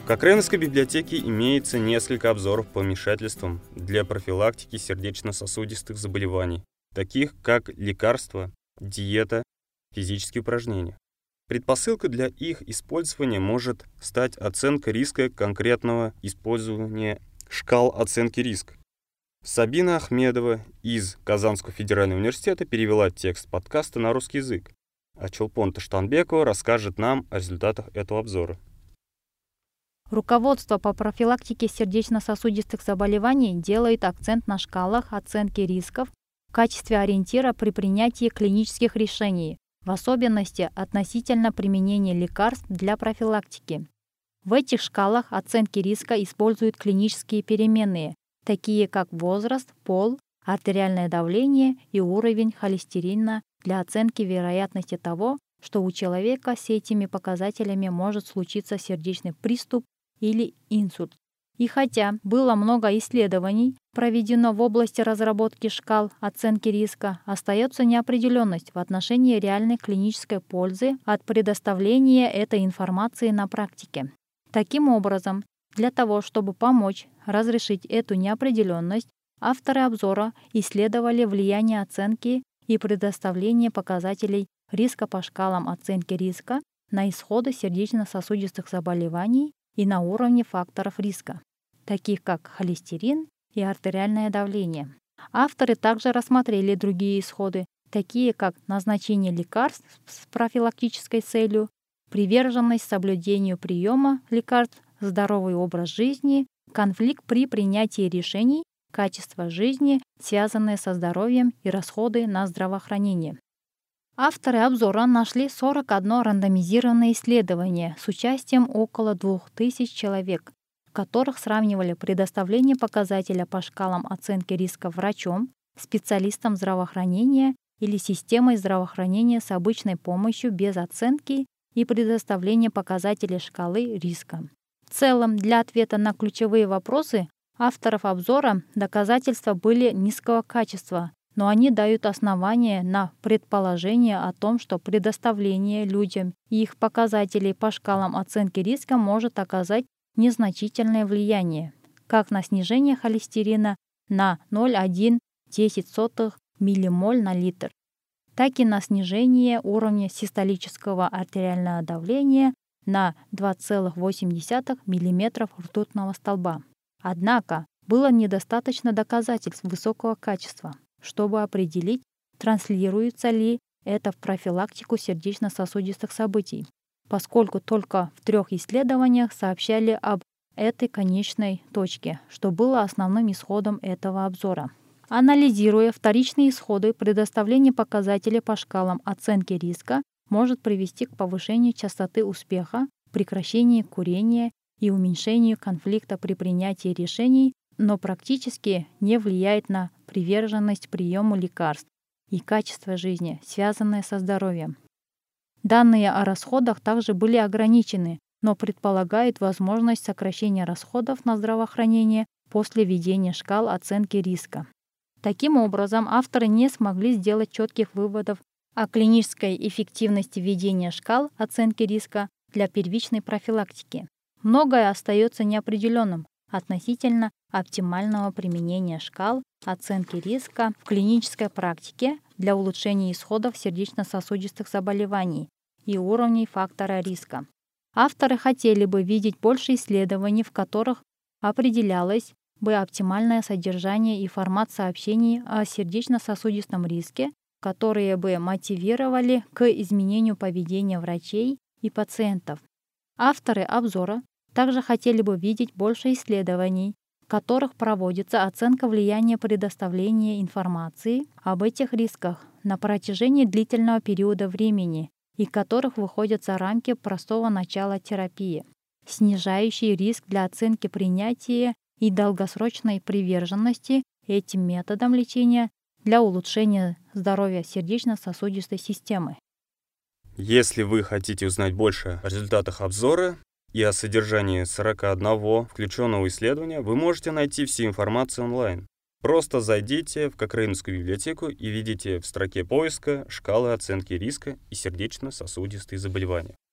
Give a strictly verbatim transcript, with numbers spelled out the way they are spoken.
В Кокрейновской библиотеке имеется несколько обзоров по вмешательствам для профилактики сердечно-сосудистых заболеваний, таких как лекарства, диета, физические упражнения. Предпосылкой для их использования может стать оценка риска конкретного использования шкал оценки риска. Сабина Ахмедова из Казанского федерального университета перевела текст подкаста на русский язык, а Чолпон Таштанбекова расскажет нам о результатах этого обзора. Руководство по профилактике сердечно-сосудистых заболеваний делает акцент на шкалах оценки рисков в качестве ориентира при принятии клинических решений, в особенности относительно применения лекарств для профилактики. В этих шкалах оценки риска используют клинические переменные, такие как возраст, пол, артериальное давление и уровень холестерина для оценки вероятности того, что у человека с этими показателями может случиться сердечный приступ или инсульт. И хотя было много исследований проведено в области разработки шкал оценки риска, остается неопределенность в отношении реальной клинической пользы от предоставления этой информации на практике. Таким образом, для того, чтобы помочь разрешить эту неопределенность, авторы обзора исследовали влияние оценки и предоставления показателей риска по шкалам оценки риска на исходы сердечно-сосудистых заболеваний и на уровне факторов риска, таких как холестерин и артериальное давление. Авторы также рассмотрели другие исходы, такие как назначение лекарств с профилактической целью, приверженность соблюдению приема лекарств, здоровый образ жизни, конфликт при принятии решений, качество жизни, связанные со здоровьем и расходы на здравоохранение. Авторы обзора нашли сорок одно рандомизированное исследование с участием около двух тысяч человек, в которых сравнивали предоставление показателя по шкалам оценки риска врачом, специалистом здравоохранения или системой здравоохранения с обычной помощью без оценки и предоставления показателей шкалы риска. В целом, для ответа на ключевые вопросы авторов обзора доказательства были низкого качества, но они дают основания на предположение о том, что предоставление людям их показателей по шкалам оценки риска может оказать незначительное влияние, как на снижение холестерина на ноль целых одна десятая миллимоль на литр, так и на снижение уровня систолического артериального давления на два целых восемь десятых миллиметра ртутного столба. Однако было недостаточно доказательств высокого качества, чтобы определить, транслируется ли это в профилактику сердечно-сосудистых событий, поскольку только в трех исследованиях сообщали об этой конечной точке, что было основным исходом этого обзора. Анализируя вторичные исходы, предоставление показателей по шкалам оценки риска может привести к повышению частоты успеха, прекращению курения и уменьшению конфликта при принятии решений, но практически не влияет на приверженность приему лекарств и качество жизни, связанное со здоровьем. Данные о расходах также были ограничены, но предполагают возможность сокращения расходов на здравоохранение после введения шкал оценки риска. Таким образом, авторы не смогли сделать четких выводов о клинической эффективности введения шкал оценки риска для первичной профилактики. Многое остается неопределенным относительно оптимального применения шкал оценки риска в клинической практике для улучшения исходов сердечно-сосудистых заболеваний и уровней фактора риска. Авторы хотели бы видеть больше исследований, в которых определялось бы оптимальное содержание и формат сообщений о сердечно-сосудистом риске, которые бы мотивировали к изменению поведения врачей и пациентов. Авторы обзора также хотели бы видеть больше исследований, в которых проводится оценка влияния предоставления информации об этих рисках на протяжении длительного периода времени и которых выходят за рамки простого начала терапии, снижающий риск для оценки принятия и долгосрочной приверженности этим методам лечения для улучшения здоровья сердечно-сосудистой системы. Если вы хотите узнать больше о результатах обзора и о содержании сорока одного включенного исследования, вы можете найти всю информацию онлайн. Просто зайдите в Кокрейновскую библиотеку и введите в строке поиска шкалы оценки риска и сердечно-сосудистые заболевания.